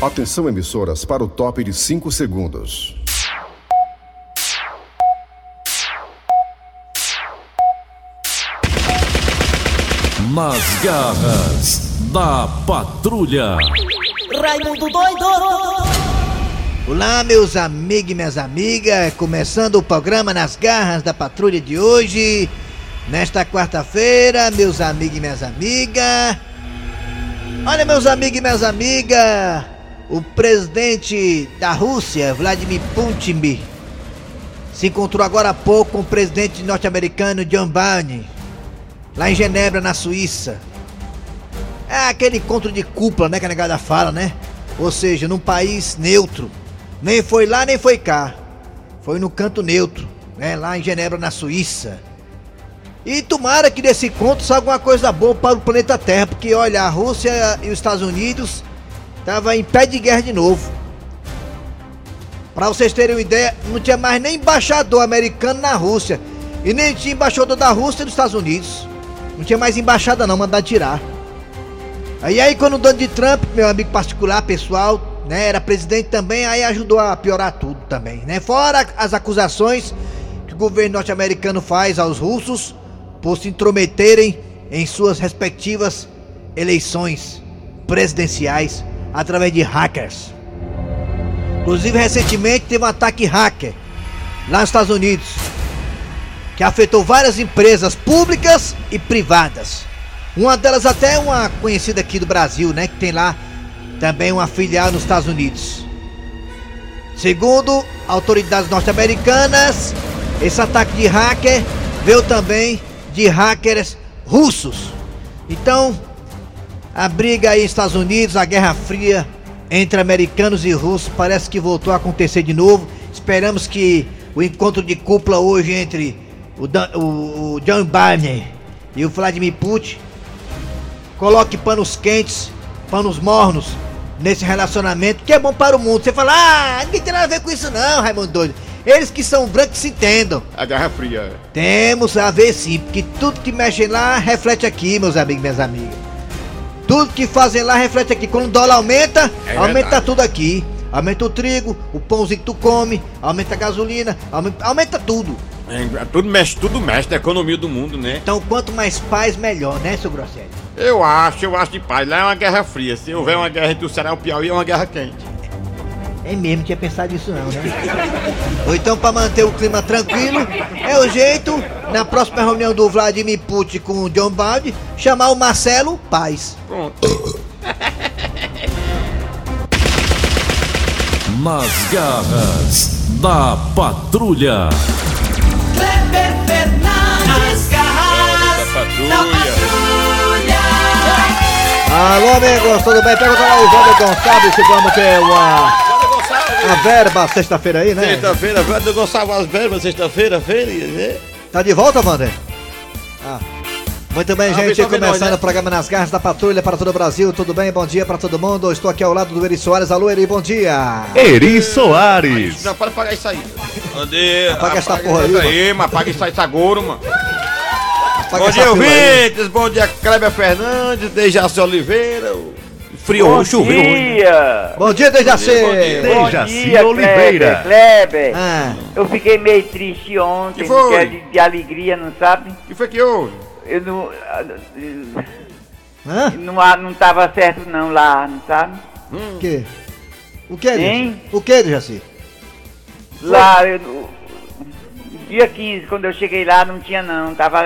Atenção, emissoras, para o top de 5 segundos. Nas garras da patrulha. Raimundo doido! Olá, meus amigos e minhas amigas, começando o programa Nas Garras da Patrulha de hoje, nesta quarta-feira, meus amigos e minhas amigas. Olha, meus amigos e minhas amigas, o presidente da Rússia, Vladimir Putin, se encontrou agora há pouco com o presidente norte-americano Joe Biden, lá em Genebra, na Suíça. É aquele encontro de cúpula, né, que a negada fala, né? Ou seja, num país neutro. Nem foi lá, nem foi cá. Foi no canto neutro, né? Lá em Genebra, na Suíça. E tomara que desse encontro saia alguma coisa boa para o planeta Terra. Porque, olha, a Rússia e os Estados Unidos estavam em pé de guerra de novo. Pra vocês terem uma ideia, não tinha mais nem embaixador americano na Rússia. E nem tinha embaixador da Rússia e dos Estados Unidos. Não tinha mais embaixada não, mandar tirar. Aí quando o Donald Trump, meu amigo particular, pessoal, né, era presidente também, aí ajudou a piorar tudo também, né? Fora as acusações que o governo norte-americano faz aos russos por se intrometerem em suas respectivas eleições presidenciais através de hackers. Inclusive, recentemente teve um ataque hacker lá nos Estados Unidos, que afetou várias empresas públicas e privadas. Uma delas até uma conhecida aqui do Brasil, né? Que tem lá também uma filial nos Estados Unidos. Segundo autoridades norte-americanas, esse ataque de hacker veio também de hackers russos. Então, a briga aí nos Estados Unidos, a Guerra Fria entre americanos e russos parece que voltou a acontecer de novo. Esperamos que o encontro de cúpula hoje entre o Joe Biden e o Vladimir Putin coloque panos quentes, panos mornos nesse relacionamento que é bom para o mundo. Você fala, ninguém tem nada a ver com isso não, Raimundo doido. Eles que são brancos se entendam. A Guerra Fria. Temos a ver sim, porque tudo que mexem lá reflete aqui, meus amigos e minhas amigas. Tudo que fazem lá reflete aqui. Quando o dólar aumenta, aumenta verdade. Tudo aqui. Aumenta o trigo, o pãozinho que tu come, aumenta a gasolina, aumenta tudo. Tudo mexe na economia do mundo, né? Então quanto mais paz, melhor, né, seu Grosselio? Eu acho de paz. Lá é uma guerra fria. Se houver uma guerra entre o Ceará e o Piauí, é uma guerra quente. É mesmo, não tinha pensado nisso não, né? Ou então, pra manter o clima tranquilo, é o jeito, na próxima reunião do Vladimir Putin com o John Biden, chamar o Marcelo Paz. Pronto. Nas garras da patrulha. Kleber Fernandes, garras da patrulha. Alô, amigos, tudo bem? Pergunta lá o Wander Gonçalves se vamos ter a verba sexta-feira aí, né? Sexta-feira, Wander Gonçalves, as verbas, sexta-feira, né? Tá de volta, Wander? Muito bem, gente, começando né? o programa Nas Garras da Patrulha para todo o Brasil, tudo bem? Bom dia para todo mundo, estou aqui ao lado do Eri Soares. Alô, Eri, bom dia! Eri Soares! Não, pode pagar isso aí. Bom dia! Apaga essa porra aí, mano. Apaga isso aí, tá agora, mano. Apaga Bom essa dia, fila aí. ouvintes! Bom dia, Kleber Fernandes, Dejaci Oliveira. Bom choveu. dia! Bom dia, Dejaci! Bom Dejaci dia, Oliveira. Kleber! Eu fiquei meio triste ontem, Que foi? de alegria, não sabe? O que foi que houve? Eu Hã? não tava certo não lá, não sabe? O quê? O quê, Dejaci? Hein? O quê, Dejaci? Lá, dia 15, quando eu cheguei lá, não tinha não, tava...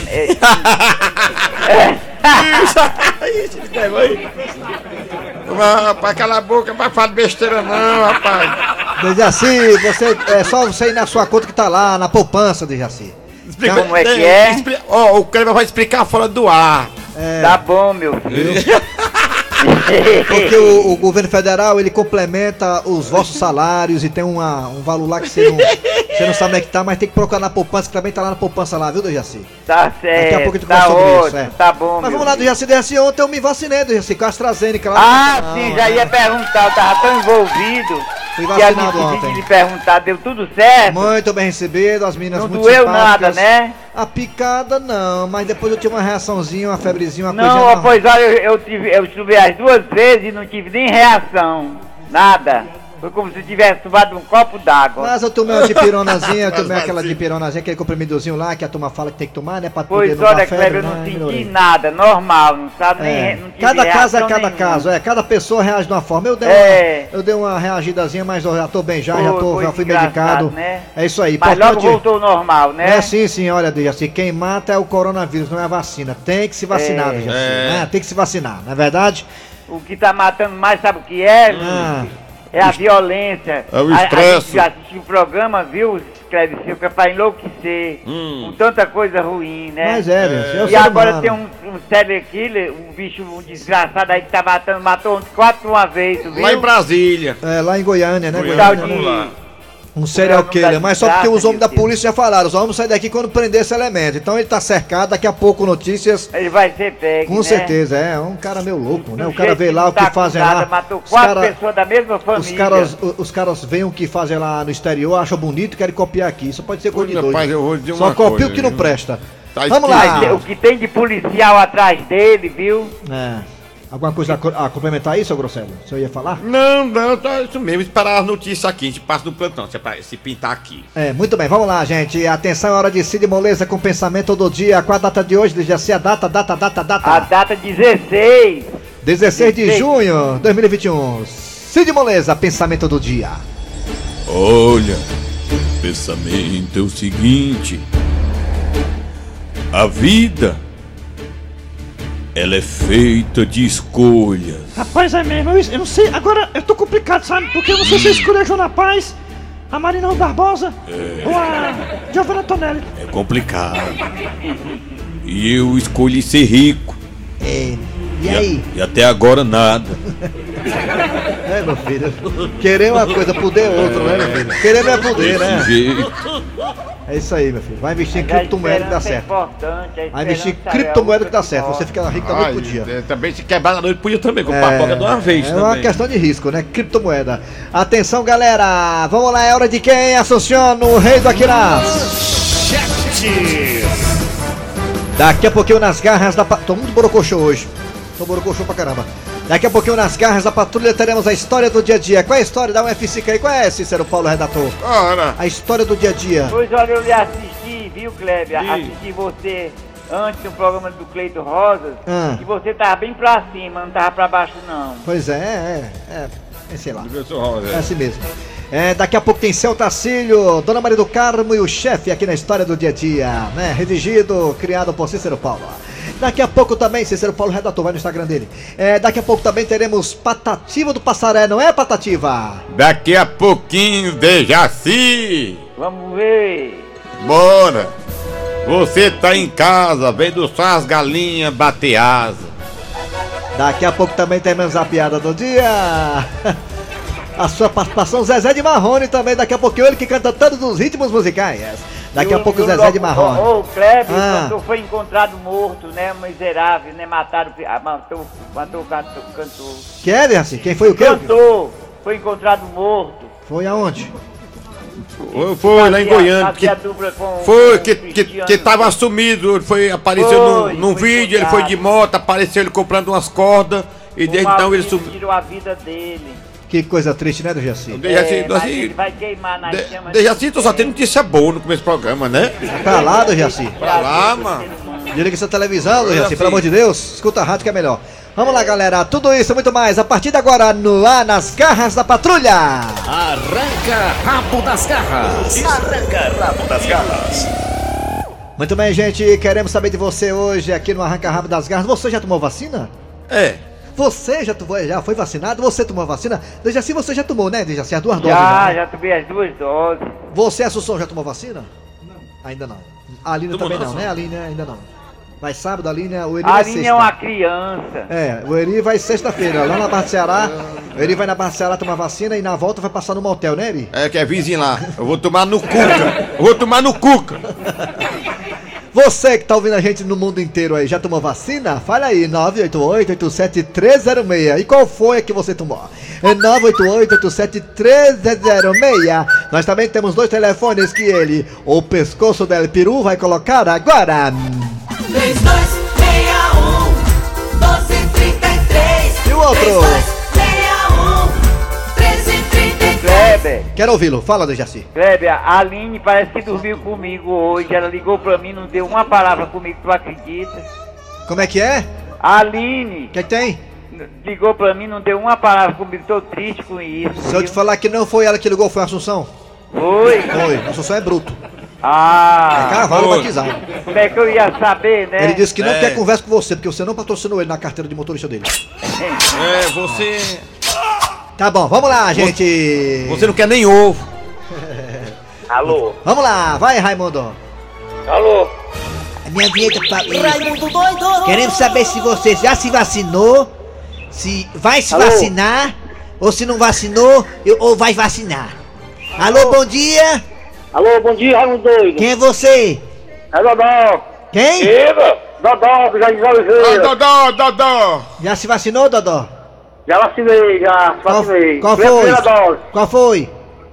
Rapaz, cala a boca, não vai falar besteira não, rapaz. Dejaci, você, é só você ir na sua conta que tá lá, na poupança, Dejaci. Como é que é? O Kleber vai explicar fora do ar. Tá bom, meu filho. Porque o governo federal, ele complementa os vossos salários e tem um valor lá que você não sabe onde é que tá, mas tem que procurar na poupança, que também tá lá na poupança lá, viu, Dejaci? Tá certo, Daqui a pouco a gente tá conversa sobre ótimo, isso, é. tá bom, Mas meu vamos lá, filho. Dejaci, ontem eu me vacinei, Dejaci, com a AstraZeneca lá. Sim, já ia perguntar, eu tava tão envolvido. Fui E a vacinado gente ontem. lhe perguntar, deu tudo certo? Muito bem recebido, as meninas Não muito doeu simpáticas. nada, né? A picada não, mas depois eu tive uma reaçãozinha, uma febrezinha, uma Não, coisinha. ó, pois olha, eu tive as 2 vezes e não tive nem reação. Nada. Foi como se tivesse tomado um copo d'água. Mas eu tomei uma dipironazinha, eu tomei Mas aquela assim. dipironazinha, aquele comprimidozinho lá que a turma fala que tem que tomar, né? Pra Pois poder não olha, dar febre, Kleber, eu não né? senti Melhorei. nada, normal, não sabe? É. Não tive Cada caso é reação cada nenhuma. caso, cada pessoa reage de uma forma. Eu dei uma reagidazinha, mas eu já tô bem já Foi fui engraçado, medicado. né? É isso aí. Mas logo importante- voltou ao normal, né? É sim, olha, Dejaci, quem mata é o coronavírus, não é a vacina. Tem que se vacinar, Dejaci, né? Tem que se vacinar, não é verdade? O que tá matando mais, sabe o que é? Ah. É a violência. É o A estresse. gente já assistiu o programa, viu, Cleber, que é pra enlouquecer. Com tanta coisa ruim, né? Mas é, Dejaci, eu E sou agora humano. tem um serial killer, um bicho, um desgraçado aí que tá matou uns 4 de uma vez, tu viu? Lá em Brasília. É, lá em Goiânia, né? Goiânia, Tal Goiânia, de- vamos lá. Um serial Não, killer, não dá mas só porque desgraça, os homens da meu Deus. polícia já falaram, só vamos sair daqui quando prender esse elemento. Então ele tá cercado, daqui a pouco notícias. Ele vai ser pego, Com né? certeza, é um cara meio louco, né? Do O cara jeito vê lá não o que tá fazem com nada, lá. Matou Os 4 cara- pessoas da mesma família. Os caras veem o que fazem lá no exterior, acham bonito e querem copiar aqui. Isso pode ser coisa de Olha, doido. rapaz, eu vou dizer Só uma copia coisa, o que não viu? presta. Tá Vamos esquisito. lá. O que tem de policial atrás dele, viu? É. Alguma coisa a complementar aí, seu Grosselio? O senhor ia falar? Não, tá isso mesmo. Esperar as notícias aqui, a gente passa no plantão, se pintar aqui. É, muito bem, vamos lá, gente. Atenção, é hora de Cid Moleza com o pensamento do dia. Qual a data de hoje? Já sei a data. A data 16. 16 de junho de 2021. Cid Moleza, pensamento do dia. Olha, o pensamento é o seguinte: a vida, ela é feita de escolhas. Rapaz, é mesmo, eu não sei, agora eu tô complicado, sabe? Porque eu não sei se eu escolhi a Joana Paz, a Marina Barbosa ou a Giovanna Tonelli. É complicado. E eu escolhi ser rico. É, e aí? E até agora nada. É, meu filho. Querer uma coisa, poder outra, né, meu filho? Querer não é poder, Desse né? jeito. É isso aí, meu filho. Vai investir em A criptomoeda que dá esperança é certo. importante, a Vai investir em esperança é a criptomoeda que única dá certo. morre. Você fica rico da noite pro dia. Também se quebrar na noite podia também, com papoca de uma vez É também. uma questão de risco, né? Criptomoeda. Atenção, galera. Vamos lá, é hora de quem? Assunciona o rei do Aquiraz. Daqui a pouquinho nas garras da... Tô muito borocochô hoje. Tô borocochô pra caramba. Daqui a pouquinho nas garras da patrulha teremos a história do dia a dia. Qual é a história? Dá um F5 aí. Qual é, Cícero Paulo, redator? Ora, A história do dia a dia. Pois olha, eu lhe assisti, viu, Kleber? Assisti você antes do programa do Cleito Rosas. Ah. E você tava bem pra cima, não tava pra baixo, não. Pois é, sei lá. professor Rosa. É assim mesmo. Daqui a pouco tem Celta Cílio, Dona Maria do Carmo e o chefe aqui na história do dia a dia, né? Redigido, criado por Cícero Paulo. Daqui a pouco também, Cícero Paulo redator, vai no Instagram dele. Daqui a pouco também teremos Patativa do Passaré, não é, Patativa? Daqui a pouquinho, Dejaci. Vamos ver. Bora. Você tá em casa, vendo só as galinhas bater asa. Daqui a pouco também teremos a piada do dia. A sua participação, Zezé de Marrone também, daqui a pouquinho ele que canta todos os ritmos musicais. Daqui a pouco o Zezé de Marrone. Ô, Kleber, Ah. o cantor foi encontrado morto, né? Miserável, né? Matou o cantor. Que é, assim? Quem foi o quê? Cantor foi encontrado morto. Foi aonde? Foi lá em Goiânia. Fazia a dupla com Foi, com que Cristiano. tava sumido, apareceu num foi vídeo, ele foi de moto, apareceu ele comprando umas cordas, e desde então ele sumiu. tirou a vida dele. Que coisa triste, né, do Jaci? Mas ele vai queimar na chama. Dejaci, tu só tem notícia boa no começo do programa, né? Pra lá, do Jaci. Pra lá, mano. Desliga essa televisão, do Jaci, pelo amor de Deus. Escuta a rádio que é melhor. Vamos lá, galera. Tudo isso e muito mais a partir de agora no ar nas garras da patrulha. Arranca rabo das garras. Muito bem, gente. Queremos saber de você hoje aqui no Arranca Rabo das Garras. Você já tomou vacina? É. Você já foi vacinado? Você tomou a vacina? Dejaci, você já tomou, né, Dejaci? As 2 doses. né? Já tomei as 2 doses. Você, Assunção, já tomou vacina? Não. Ainda não. A Aline Tomou também não, não, né? A Aline ainda não. Vai sábado, a Aline, o Eri A vai Aline sexta. é uma criança. O Eri vai sexta-feira, lá na Barra do Ceará. O Eri vai na Barra do Ceará tomar vacina e na volta vai passar no motel, né, Eri? É que é vizinho lá. Eu vou tomar no Cuca. Você que tá ouvindo a gente no mundo inteiro aí, já tomou vacina? Fala aí, 988-87306. E qual foi a que você tomou? É 988-87306. Nós também temos 2 telefones que ele, o pescoço del peru, vai colocar agora. 3261-1233. E o outro? 3261-1333. Kleber, Quero ouvi-lo, fala, Dejaci. Kleber, a Aline parece que dormiu comigo hoje. Ela ligou pra mim, não deu uma palavra comigo, tu acredita? Como é que é? A Aline O que tem? ligou pra mim, não deu uma palavra comigo, tô triste com isso. Se eu te viu? falar que não foi ela que ligou, foi a Assunção? Foi? Foi, a Assunção é bruto. É Ah, cavalo batizado. como é que eu ia saber, né? Ele disse que não quer conversa com você, porque você não patrocinou ele na carteira de motorista dele. Você. Tá bom, vamos lá, gente. Você não quer nem ovo. Alô? Vamos lá, vai, Raimundo. Alô? A minha vinheta Raimundo doido. Queremos saber se você já se vacinou, se vai se vacinar, ou se não vacinou, ou vai vacinar. Alô, bom dia. Alô, bom dia, Raimundo Doido. Quem é você? É Dodó. Quem? Diga, Dodó, do Jardim Oliveira. Dodó. Já se vacinou, Dodó? Já vacinei, já vacinei. Qual Minha foi? primeira dose. Qual foi?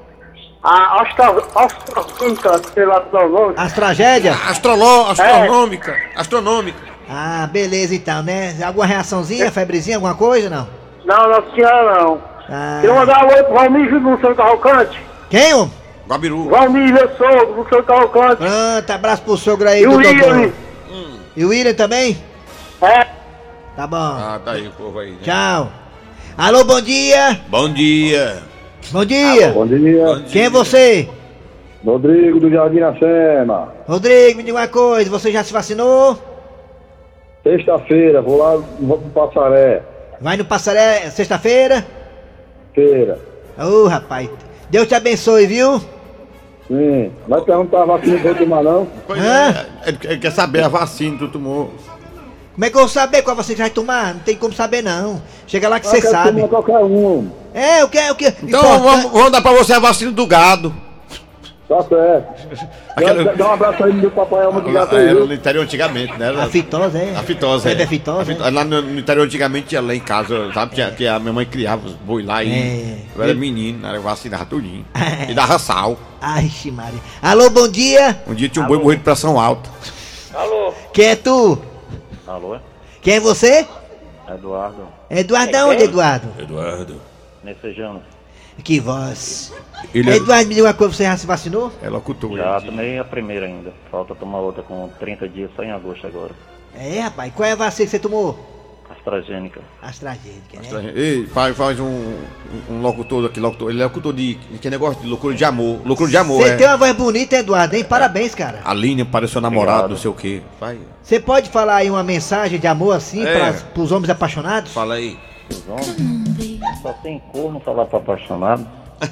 A AstraZeneca, sei lá do nome. As tragédias? Astronômica. Ah, beleza então, né? Alguma reaçãozinha, febrezinha, alguma coisa, não? Não tinha não. Ah. Queria mandar um oi pro Valmir Júnior, no seu Cavalcante. Quem, homem? Gabiru. Valmir, meu sogro, no seu Cavalcante. Pronto, abraço pro sogro aí E do o Dodô. William. E o William também? É. Tá bom. Ah, tá aí o povo aí. Né? Tchau. Alô, bom dia. Bom dia. Bom dia. Bom dia, Quem é você? Rodrigo do Jardim Iracema. Rodrigo, me diga uma coisa, você já se vacinou? Sexta-feira, vou pro Passaré. Vai no Passaré sexta-feira? Feira. Ô, rapaz, Deus te abençoe, viu? Sim. Vai perguntar a vacina que eu vou tomar, não? Hã? Ele quer saber a vacina que tu tomou. Como é que eu vou saber qual você vai tomar? Não tem como saber, não. Chega lá que você Eu quero sabe. tomar qualquer um. É, o que? Então vamos dar pra você a vacina do gado. Tá certo. Aquela- Dá um abraço aí no meu papai Alma de Gato aí, Era viu? no interior antigamente, né? A fitose, é? A fitose, Febre fitose, é? Lá no interior antigamente tinha lá em casa, sabe? Que a minha mãe criava os boi lá e eu era menino, era vacinava tudinho. E dava sal. Ai, Maria. Alô, bom dia. Um dia tinha um boi morrendo de pressão alta. Alô. Quem é tu? Alô, Quem é você? Eduardo. Eduardo, da onde, Eduardo? Eduardo. Messejano. Que voz. Ele é, Eduardo, me diga uma coisa, você já se vacinou? é locutor. Já tomei a primeira ainda. Falta tomar outra com 30 dias, só em agosto agora. É, rapaz, qual é a vacina que você tomou? AstraZeneca. AstraZeneca, né? Ei, faz um locutor aqui, locutor. Ele é locutor de. Que negócio de loucura de amor. Loucura de amor, Você é. tem uma voz bonita, Eduardo, hein? Parabéns, cara. A Aline pareceu namorado, não sei o quê. Vai, Você pode falar aí uma mensagem de amor assim pros homens apaixonados? fala aí. Os homens só tem corno falar pra apaixonado.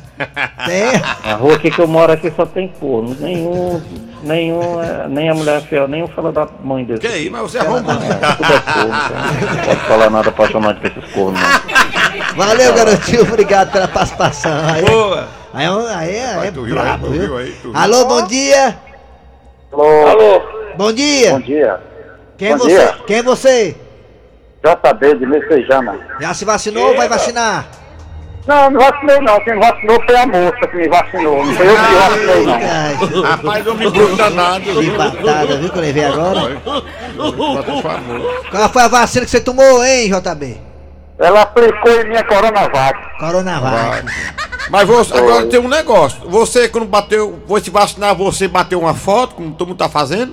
É. A rua aqui que eu moro aqui só tem corno. Nem a mulher fiel, nem fala da mãe dele. Que aí, mas você é arrombado. Tudo é corno, então não pode falar nada apaixonado com esses cornos, não. Valeu, garotinho, obrigado pela participação. Boa! Aí é tu viu brabo, aí, tu viu? viu aí, tu viu. Alô, bom dia. Alô. Bom dia. Bom dia. Quem é bom você? dia. Quem é você? JB de Messejana. Já se vacinou ou vai vacinar? Não vacinei não. Quem vacinou foi a moça que me vacinou. Não foi eu que vacinei não. Ai, Rapaz, eu me bruto danado. que patada, viu, que eu levei agora? Por favor. Qual foi a vacina que você tomou, hein, JB? Ela aplicou em minha Coronavac. Coronavac. Mas você, agora tem um negócio. Você, quando foi se vacinar, você bateu uma foto, como todo mundo tá fazendo?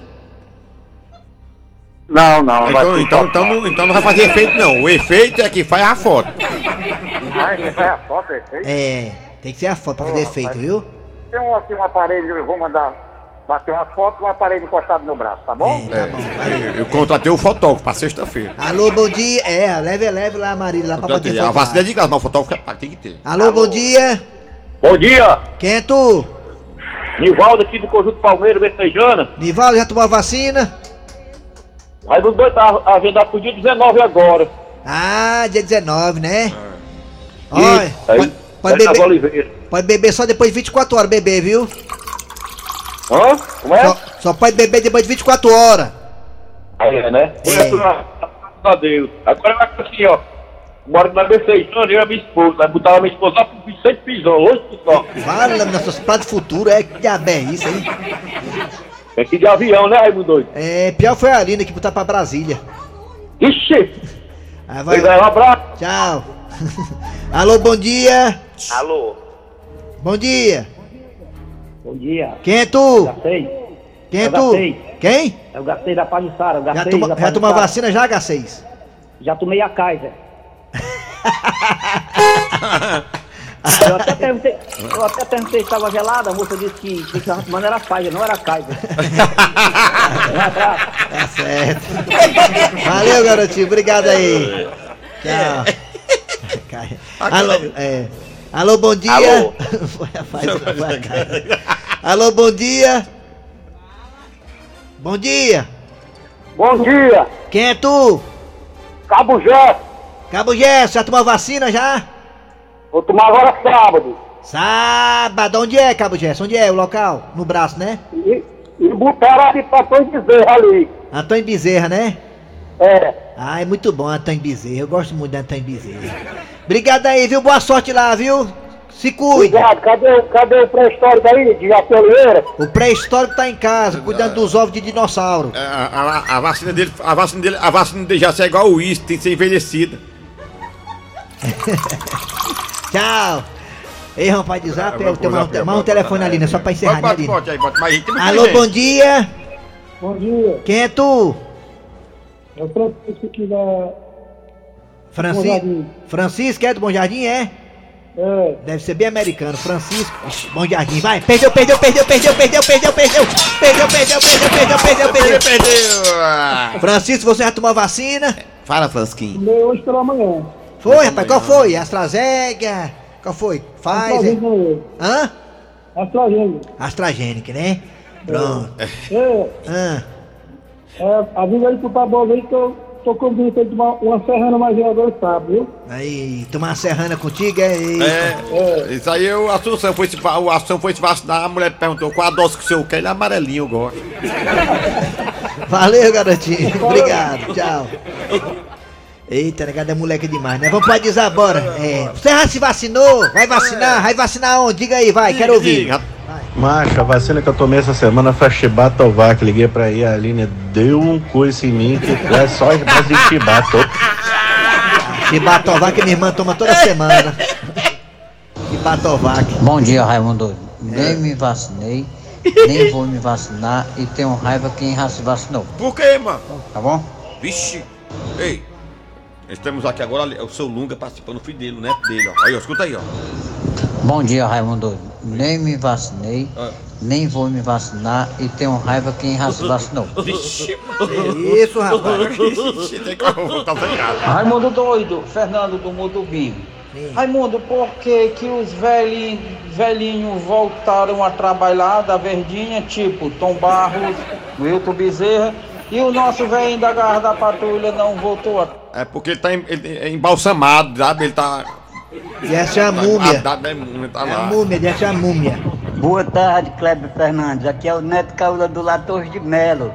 Não, não. Então não vai fazer efeito, não. O efeito é que faz a foto. Ai, você faz a foto, É, tem que ser a foto pra fazer efeito, viu? Tem um aparelho, eu vou mandar bater uma foto com um aparelho encostado no braço, tá bom? Tá bom. Eu contratei o fotógrafo pra sexta-feira. Alô, bom dia. É, leve lá, Marília, lá pra poder A vacina é fotografiar. de graça, mas o fotógrafo é pago, tem que ter. Alô, bom dia. Bom dia, Quem é tu? Nivaldo aqui do Conjunto Palmeiras, Messejana. Nivaldo, já tomou a vacina? Aí os dois tá agendado pro dia 19 agora. Ah, dia 19, né? Olha, Aí, pode beber, Oliveira. pode beber só depois de 24 horas, beber, viu? Hã? Como é? Só pode beber depois de 24 horas. Aí é, né? Graças a Deus. Agora vai assim, ó. Moro na B6, eu e a minha esposa. Vai botar a minha esposa lá pro Vicente Pisão, hoje só. Fala, nossos planos do futuro, que diabo é isso aí? É que de avião, né, Raimundo doido? Pior foi a Aline que botar pra Brasília. Ixi! Aí vai. Um abraço. Tchau. Alô, bom dia. Alô. Bom dia. Bom dia. Quem é tu? Gastei. Quem é Eu tu? gastei. Quem? Eu gastei da Pajussara. Já tomou a vacina já, H6? Já tomei a Kaiser. Eu até perguntei se estava gelada, a moça disse que estava tomando era Pfizer, não era Kaiser. Tá certo. Valeu, garotinho. Obrigado aí. Tchau. Alô, alô, bom dia. Alô. Alô, bom dia. Bom dia. Bom dia, Quem é tu? Cabo Jé. Cabo Gesso, já tomou vacina já? Vou tomar agora sábado. Sábado, onde é, Cabo Gesso? Onde é o local? No braço, né? E botaram ali pra Antônio Bezerra ali. Antônio Bezerra, né? É. Ah, é muito bom Antônio Bezerra, eu gosto muito de Antônio Bezerra. Obrigado aí, viu? Boa sorte lá, viu? Se cuida. Obrigado. Cadê o pré-histórico aí, de Jaci Oliveira? O pré-histórico tá em casa, cuidando dos ovos de dinossauro. A vacina dele já é igual o uísque, tem que ser envelhecida. Tchau. Ei, rapaz de zap, eu tenho mais um telefone ali, né? Só pra encerrar, né, Aline? Bote aí, mais gente. Alô, bom dia. Bom dia. Quem é tu? É o Francisco aqui da... Francisco? Francisco é do Bom Jardim, é? É. Deve ser bem americano, Francisco. Bom Jardim, vai. Perdeu. Francisco, você já tomou a vacina? Fala, Fransquinho. Meu hoje pela manhã. Foi, rapaz, qual foi? AstraZeneca? Qual foi? Pfizer? Hã? AstraZeneca, né? Pronto. Avisa aí pro Tabosa aí que eu tô convidando pra ele tomar uma serrana mais agora, sabe, viu? Aí, tomar uma serrana contigo, é? Isso aí o Assunção foi se vacinar, a mulher perguntou qual a dose que o senhor quer, ele é amarelinho, eu gosto. Valeu, garotinho. Obrigado, tchau. Eita, negada é moleque demais, né? Vamos pra dizer bora. Você já se vacinou? Vai vacinar? Vai vacinar onde? Diga aí, vai, quero ouvir. Macho, a vacina que eu tomei essa semana foi a Chibatovac. Liguei pra aí, a Aline deu um coice em mim que é só as bases de Chibato. Chibatovac, minha irmã toma toda semana. Chibatovac. Bom dia, Raimundo. Nem me vacinei, nem vou me vacinar e tenho raiva quem já se vacinou. Por quê, mano? Tá bom? Vixe. Ei, estamos aqui agora, o seu Lunga participando, o filho dele, o neto dele, ó. Aí, ó, escuta aí, ó. Bom dia, Raimundo. Nem me vacinei, nem vou me vacinar e tenho raiva quem já se vacinou. Vixe, isso, rapaz. Raimundo doido, Fernando do Mudubim. Raimundo, por que os velhinhos voltaram a trabalhar da Verdinha, tipo Tom Barros, Wilton Bezerra, e o nosso velhinho da Garra da Patrulha não voltou a... É porque ele é embalsamado, sabe? Ele tá... E essa é a múmia. Tá lá. É a múmia, essa é a múmia. Boa tarde, Kleber Fernandes. Aqui é o Neto Caula do La Torre de Melo.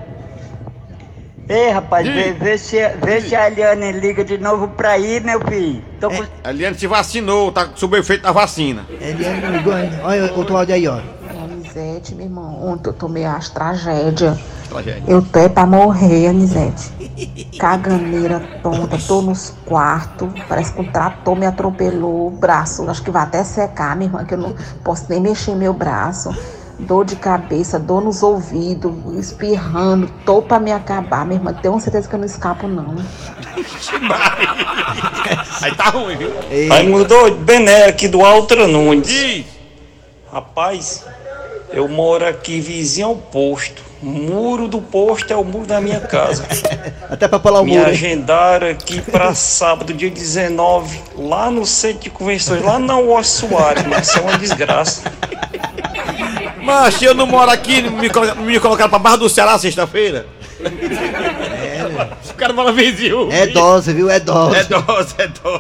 Ei, rapaz, vê se a Eliane liga de novo pra ir, meu filho. A Eliane se vacinou, tá sob o efeito da vacina. Eliane não ligou ainda. Olha outro áudio aí, ó. Anisete, meu irmão, ontem eu tomei as tragédias. Eu tô pra morrer, Anisete. Caganeira tonta, tô nos quartos. Parece que um trator me atropelou o braço. Acho que vai até secar, minha irmã, que eu não posso nem mexer meu braço. Dor de cabeça, dor nos ouvidos, espirrando, tô pra me acabar, minha irmã. Tenho certeza que eu não escapo, não. Aí tá ruim, viu? Raimundo doido, Bené aqui do Altra Nunes. Rapaz, eu moro aqui vizinho ao posto. O muro do posto é o muro da minha casa. Até pra pular o muro. Me agendaram aqui pra sábado, dia 19, lá no centro de convenções, lá na Uó Soares, mas isso é uma desgraça. Mas eu não moro aqui, me colocaram pra Barra do Ceará sexta-feira. O cara mora vizinho. É dose, viu? É dose. É dose.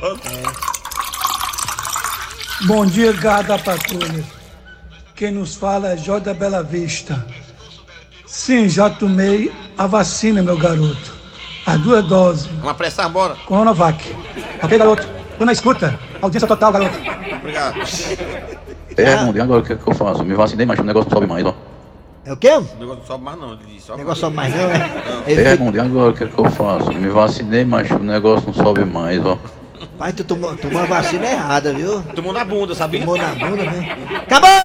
Bom dia, Garra da Patrulha. Quem nos fala é Jó da Bela Vista. Sim, já tomei a vacina, meu garoto. As 2 doses. Vamos apressar, bora. Coronavac. Ok, garoto? Tô na escuta. Audiência total, garoto. Obrigado. Raimundo, e agora o que é que eu faço? Me vacinei, mas o negócio não sobe mais, ó. É o quê? O negócio não sobe mais não, ele disse. O negócio sobe mais não, né? Raimundo, e agora o que é que eu faço? Me vacinei, mas o negócio não sobe mais, ó. Pai, tu tomou a vacina errada, viu? Tomou na bunda, sabia? Tomou na bunda, né? Acabou!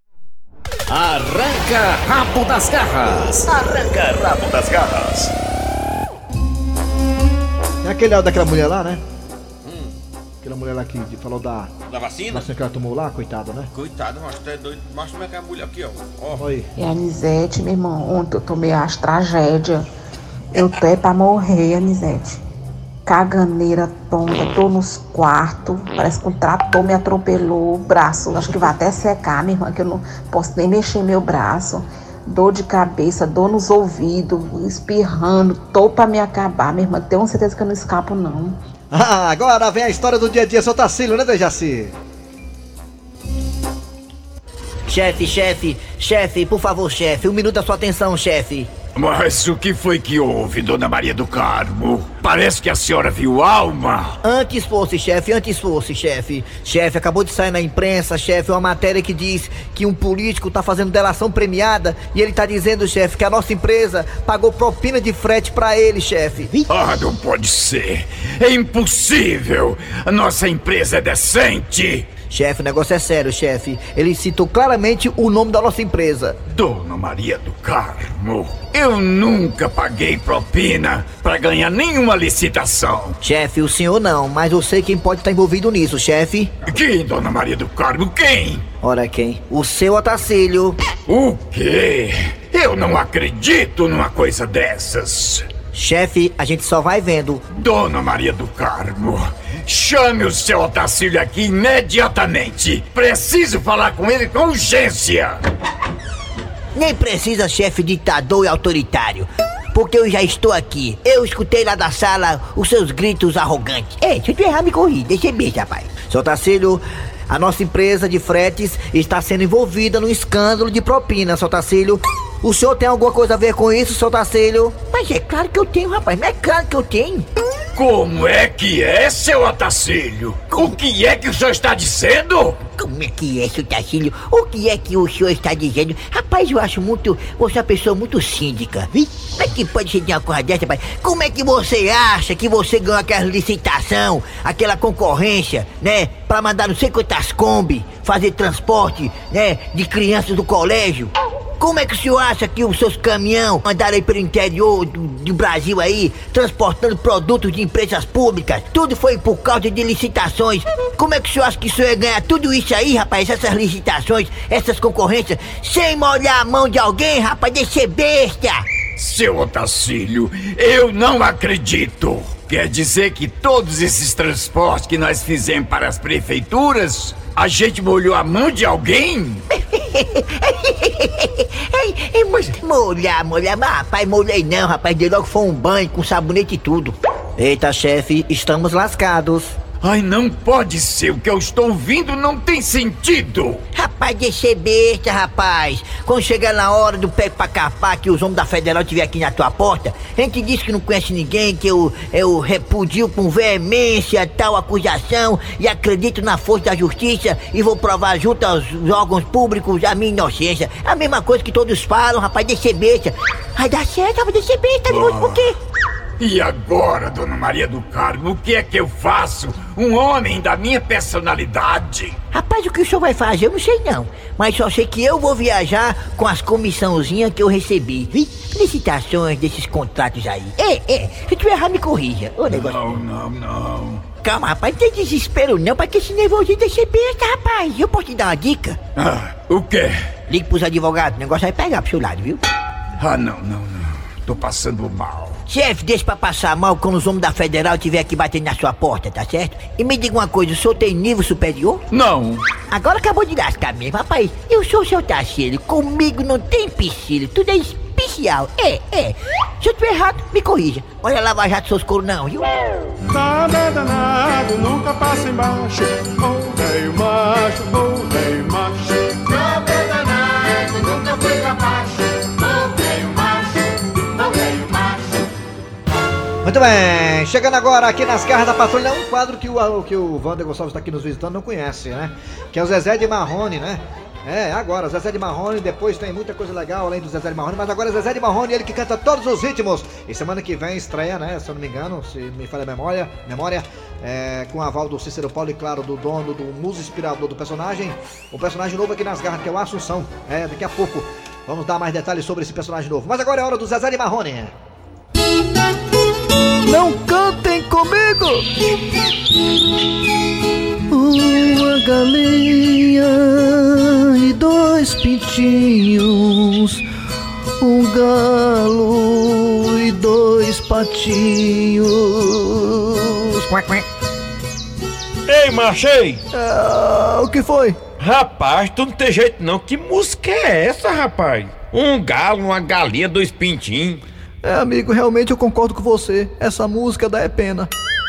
Arranca rabo das garras. Arranca rabo das garras. É aquele áudio daquela mulher lá, né? Aquela mulher lá que falou da vacina? Vacina que ela tomou lá, coitada, né? Coitada, mas tu é doido. Mas como é que a mulher aqui, ó? Oi. E a Anisete, meu irmão, ontem eu tomei as tragédias. Eu tô pra morrer, Anisete. Caganeira tonta, tô nos quartos. Parece que um trator me atropelou o braço. Acho que vai até secar, minha irmã, que eu não posso nem mexer meu braço. Dor de cabeça, dor nos ouvidos, espirrando, tô pra me acabar, minha irmã. Tenho certeza que eu não escapo, não. Ah, agora vem a história do dia a dia, seu Tacílio, né, Dejaci? Chefe, por favor, chefe, 1 minuto da sua atenção, chefe. Mas o que foi que houve, Dona Maria do Carmo? Parece que a senhora viu alma. Antes fosse, chefe. Chefe, acabou de sair na imprensa, chefe, uma matéria que diz que um político tá fazendo delação premiada e ele tá dizendo, chefe, que a nossa empresa pagou propina de frete pra ele, chefe. Ah, não pode ser. É impossível. A nossa empresa é decente. Chefe, o negócio é sério, chefe. Ele citou claramente o nome da nossa empresa. Dona Maria do Carmo, eu nunca paguei propina pra ganhar nenhuma licitação. Chefe, o senhor não, mas eu sei quem pode estar envolvido nisso, chefe. Quem, Dona Maria do Carmo? Quem? Ora, quem? O seu Otacílio. O quê? Eu não acredito numa coisa dessas. Chefe, a gente só vai vendo. Dona Maria do Carmo, chame o seu Otacílio aqui imediatamente. Preciso falar com ele com urgência. Nem precisa, chefe ditador e autoritário, porque eu já estou aqui. Eu escutei lá da sala os seus gritos arrogantes. Ei, se eu errar, me corri. Deixa bem, rapaz. Seu Otacílio, a nossa empresa de fretes está sendo envolvida num escândalo de propina, seu Otacílio. O senhor tem alguma coisa a ver com isso, seu Otacílio? Mas é claro que eu tenho, rapaz. Mas é claro que eu tenho. Como é que é, seu Otacílio? O que é que o senhor está dizendo? Como é que é, seu Otacílio? O que é que o senhor está dizendo? Rapaz, eu acho você é uma pessoa muito síndica. Como é que pode ser de uma coisa dessa, rapaz? Como é que você acha que você ganhou aquela licitação, aquela concorrência, né? Pra mandar não sei quantas Kombi, fazer transporte, né? De crianças do colégio. Como é que o senhor acha que os seus caminhões andaram aí pelo interior do Brasil aí, transportando produtos de empresas públicas? Tudo foi por causa de licitações. Como é que o senhor acha que o senhor ia ganhar tudo isso aí, rapaz? Essas licitações, essas concorrências, sem molhar a mão de alguém, rapaz? Deixa ser besta! Seu Otacílio, eu não acredito. Quer dizer que todos esses transportes que nós fizemos para as prefeituras, a gente molhou a mão de alguém? Molhar, mas rapaz, molhei não, rapaz, de logo foi um banho com sabonete e tudo. Eita, chefe, estamos lascados. Ai, não pode ser, o que eu estou ouvindo não tem sentido. Rapaz, deixa besta, rapaz. Quando chegar na hora do pé pra capar, que os homens da Federal estiver aqui na tua porta, a gente diz que não conhece ninguém, que eu repudio com veemência tal acusação e acredito na força da justiça e vou provar junto aos órgãos públicos a minha inocência. A mesma coisa que todos falam, rapaz, deixa besta. Vai dar certo, vai deixar besta, por quê? E agora, Dona Maria do Carmo, o que é que eu faço? Um homem da minha personalidade? Rapaz, o que o senhor vai fazer, eu não sei não. Mas só sei que eu vou viajar com as comissãozinhas que eu recebi. Licitações desses contratos aí. Se tu errar, me corrija. Não. Calma, rapaz, não tem desespero não, porque esse nervosismo deixa besta, rapaz. Eu posso te dar uma dica? O quê? Ligue pros advogados, o negócio vai pegar pro seu lado, viu? Não. Tô passando mal. Chefe, deixa pra passar mal quando os homens da Federal estiver aqui batendo na sua porta, tá certo? E me diga uma coisa, o senhor tem nível superior? Não. Agora acabou de lascar mesmo, rapaz. Eu sou o seu Tacílio, comigo não tem empecilho, tudo é especial. Se eu tiver errado, me corrija. Olha lá, vai já dos seus coros não, viu? Nada é danado, nunca passa embaixo. Veio macho. Nada é danado, nunca foi pra baixo. Veio macho. Muito bem, chegando agora aqui nas garras da patrulha, um quadro que o Wander Gonçalves está aqui nos visitando não conhece, né? Que é o Zezé de Marrone, né? É, agora, Zezé de Marrone, depois tem muita coisa legal além do Zezé de Marrone, mas agora é Zezé de Marrone, ele que canta todos os ritmos. E semana que vem estreia, né, se eu não me engano, se me falha a memória, com o aval do Cícero Paulo e, claro, do dono, do muso inspirador do personagem, um personagem novo aqui nas garras, que é o Assunção. Daqui a pouco vamos dar mais detalhes sobre esse personagem novo. Mas agora é hora do Zezé de Marrone. Não cantem comigo! Uma galinha e 2 pintinhos, um galo e 2 patinhos. Ei, machei! O que foi? Rapaz, tu não tem jeito não. Que música é essa, rapaz? Um galo, uma galinha, 2 pintinhos. Amigo, realmente eu concordo com você. Essa música dá pena.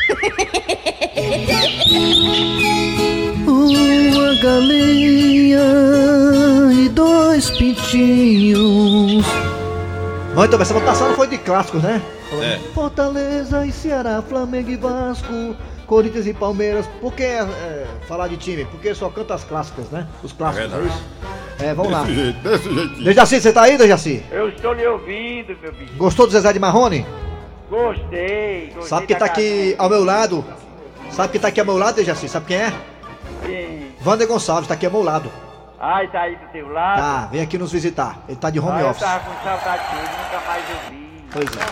Uma galinha e 2 pintinhos. Muito bem, essa votação foi de clássicos, né? Fortaleza e Ceará, Flamengo e Vasco, Corinthians e Palmeiras. Por que falar de time? Porque só canta as clássicas, né? Os clássicos, é isso? Vamos lá. Desse jeitinho. Dejaci, você tá aí, Dejaci? Eu estou lhe ouvindo, meu bicho. Gostou do Zezé de Marrone? Gostei. Sabe quem tá aqui ao meu lado? Sabe quem tá aqui ao meu lado, Dejaci? Sabe quem é? Sim. Wander Gonçalves, tá aqui ao meu lado. Ai, tá aí do teu lado? Tá, vem aqui nos visitar. Ele tá de home office. Eu tava com saudade dele, nunca mais ouvi. Pois é.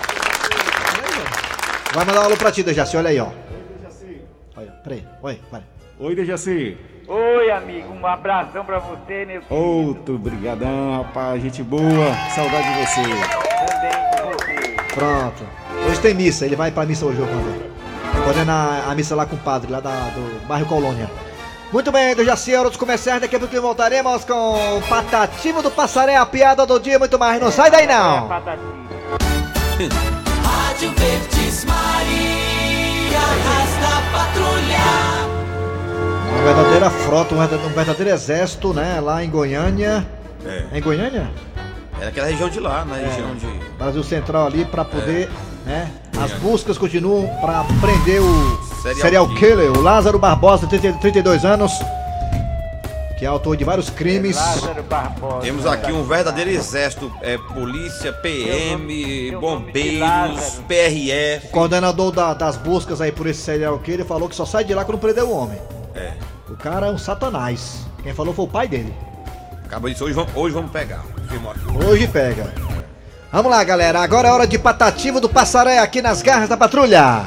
Vai mandar um alô pra ti, Dejaci, olha aí, ó. Olha, peraí, oi, vai. Oi, Dejaci. Oi, amigo, um abração pra você, meu filho. Outro brigadão, rapaz, gente boa, saudade de você. Também de você. Pronto. Hoje tem missa, ele vai pra missa hoje, Wander. Podendo a missa lá com o padre, lá do bairro Colônia. Muito bem, Dejaci, hora dos comerciais, daqui a pouco voltaremos com Patativo do Passaré, a piada do dia e muito mais. Não sai daí não! Rádio Verdes Maria, Rasta Patrulha. Uma verdadeira frota, um verdadeiro exército, né? Lá em Goiânia. É em Goiânia? É naquela região de lá, né? Região de... Brasil Central ali, pra poder, né? As buscas continuam pra prender o serial killer, o Lázaro Barbosa, 32 anos, que é autor de vários crimes. Lázaro Barbosa. Temos aqui um verdadeiro exército, polícia, PM, bombeiros, PRF. O coordenador das buscas aí por esse serial killer falou que só sai de lá quando prender o homem. O cara é um satanás. Quem falou foi o pai dele. Acabou disso, hoje vamos pegar. Hoje pega. Vamos lá, galera. Agora é hora de Patativo do Passaré aqui nas garras da patrulha.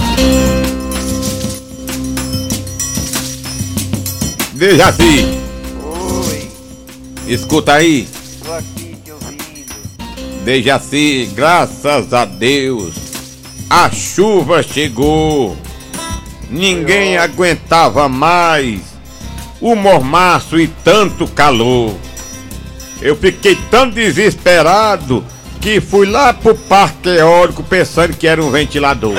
Dejaci. Oi. Escuta aí. Tô aqui te ouvindo. Dejaci, graças a Deus, a chuva chegou. Ninguém aguentava mais o mormaço e tanto calor. Eu fiquei tão desesperado que fui lá pro parque eólico pensando que era um ventilador.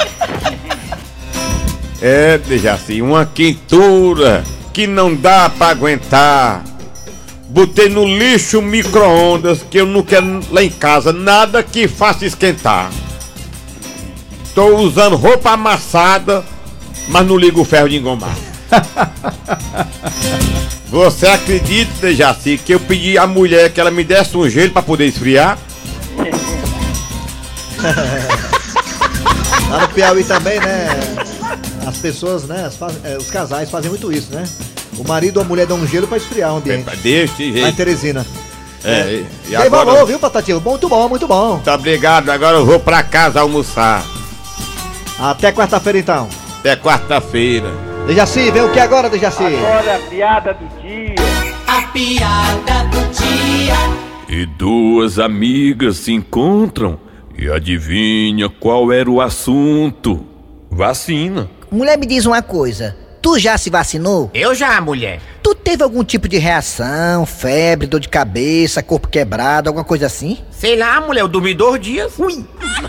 Dejaci, uma quentura que não dá pra aguentar. Botei no lixo micro-ondas, que eu não quero lá em casa nada que faça esquentar. Tô usando roupa amassada, mas não ligo o ferro de engomar. Você acredita, Dejaci, que eu pedi à mulher que ela me desse um gelo pra poder esfriar? Lá no Piauí também, né? As pessoas, né? Os casais fazem muito isso, né? O marido ou a mulher dá um gelo pra esfriar o ambiente. Desse jeito. Lá em Teresina. E Tem agora... valor, viu, Patativo? Muito bom, muito bom. Muito obrigado, agora eu vou pra casa almoçar. Até quarta-feira, então. Até quarta-feira. Dejaci, vem o que agora, Dejaci? Agora a piada do dia. A piada do dia. E 2 amigas se encontram e adivinha qual era o assunto? Vacina. Mulher, me diz uma coisa. Tu já se vacinou? Eu já, mulher. Tu teve algum tipo de reação, febre, dor de cabeça, corpo quebrado, alguma coisa assim? Sei lá, mulher, eu dormi 2 dias. Ui.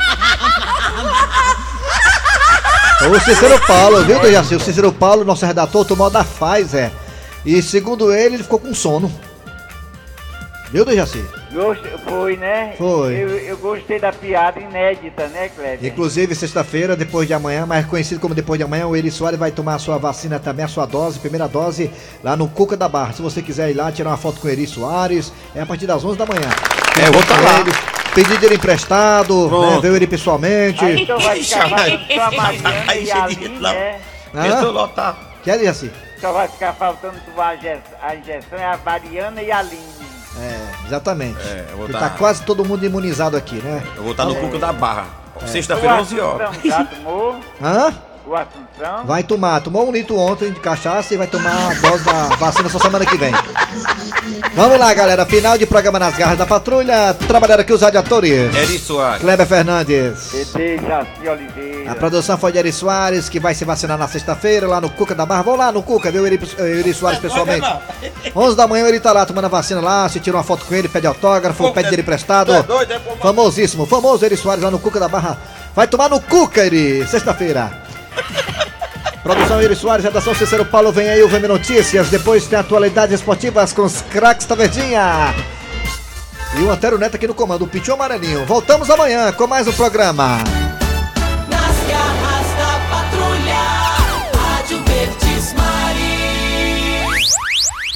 O Cícero Paulo, viu, Dejaci? O Cícero Paulo, nosso redator, tomou da Pfizer. E segundo ele ficou com sono. Viu, Dejaci? Foi, né? Foi. Eu gostei da piada inédita, né, Kleber? Inclusive, sexta-feira, depois de amanhã, mais conhecido como depois de amanhã, o Eri Soares vai tomar a sua vacina também, a sua dose, primeira dose, lá no Cuca da Barra. Se você quiser ir lá, tirar uma foto com o Eri Soares, é a partir das 11 da manhã. Eu vou estar lá. Pedir dinheiro emprestado, né, ver ele pessoalmente. Aí então vai ficar faltando a Mariana e a Aline, né? Que é assim? Só vai ficar faltando tomar a injeção, é a Mariana e a Aline. Exatamente. eu vou Porque tá- tá quase todo mundo imunizado aqui, né? Eu vou estar no Cuca da Barra. É. Sexta-feira, O 11 horas. Assunção já tomou? Hã? O Assunção? Vai tomar. Tomou 1 litro ontem de cachaça e vai tomar a dose da vacina só semana que vem. Vamos lá, galera. Final de programa nas garras da patrulha. Trabalharam aqui os radiadores. Eri Soares. Kleber Fernandes. ET Jaci Oliveira. A produção foi de Eri Soares, que vai se vacinar na sexta-feira lá no Cuca da Barra. Vamos lá no Cuca, ver o Eri Soares pessoalmente. 11 da manhã ele tá lá tomando a vacina lá, se tira uma foto com ele, pede autógrafo, pede dinheiro emprestado. Famosíssimo, famoso Eri Soares lá no Cuca da Barra. Vai tomar no Cuca, Eri, sexta-feira. Produção Eri Soares, redação Cícero Paulo, vem aí o VM Notícias, depois tem atualidades esportivas com os craques da Verdinha. E o Antero Neto aqui no comando, o Pitinho Amarelinho. Voltamos amanhã com mais um programa.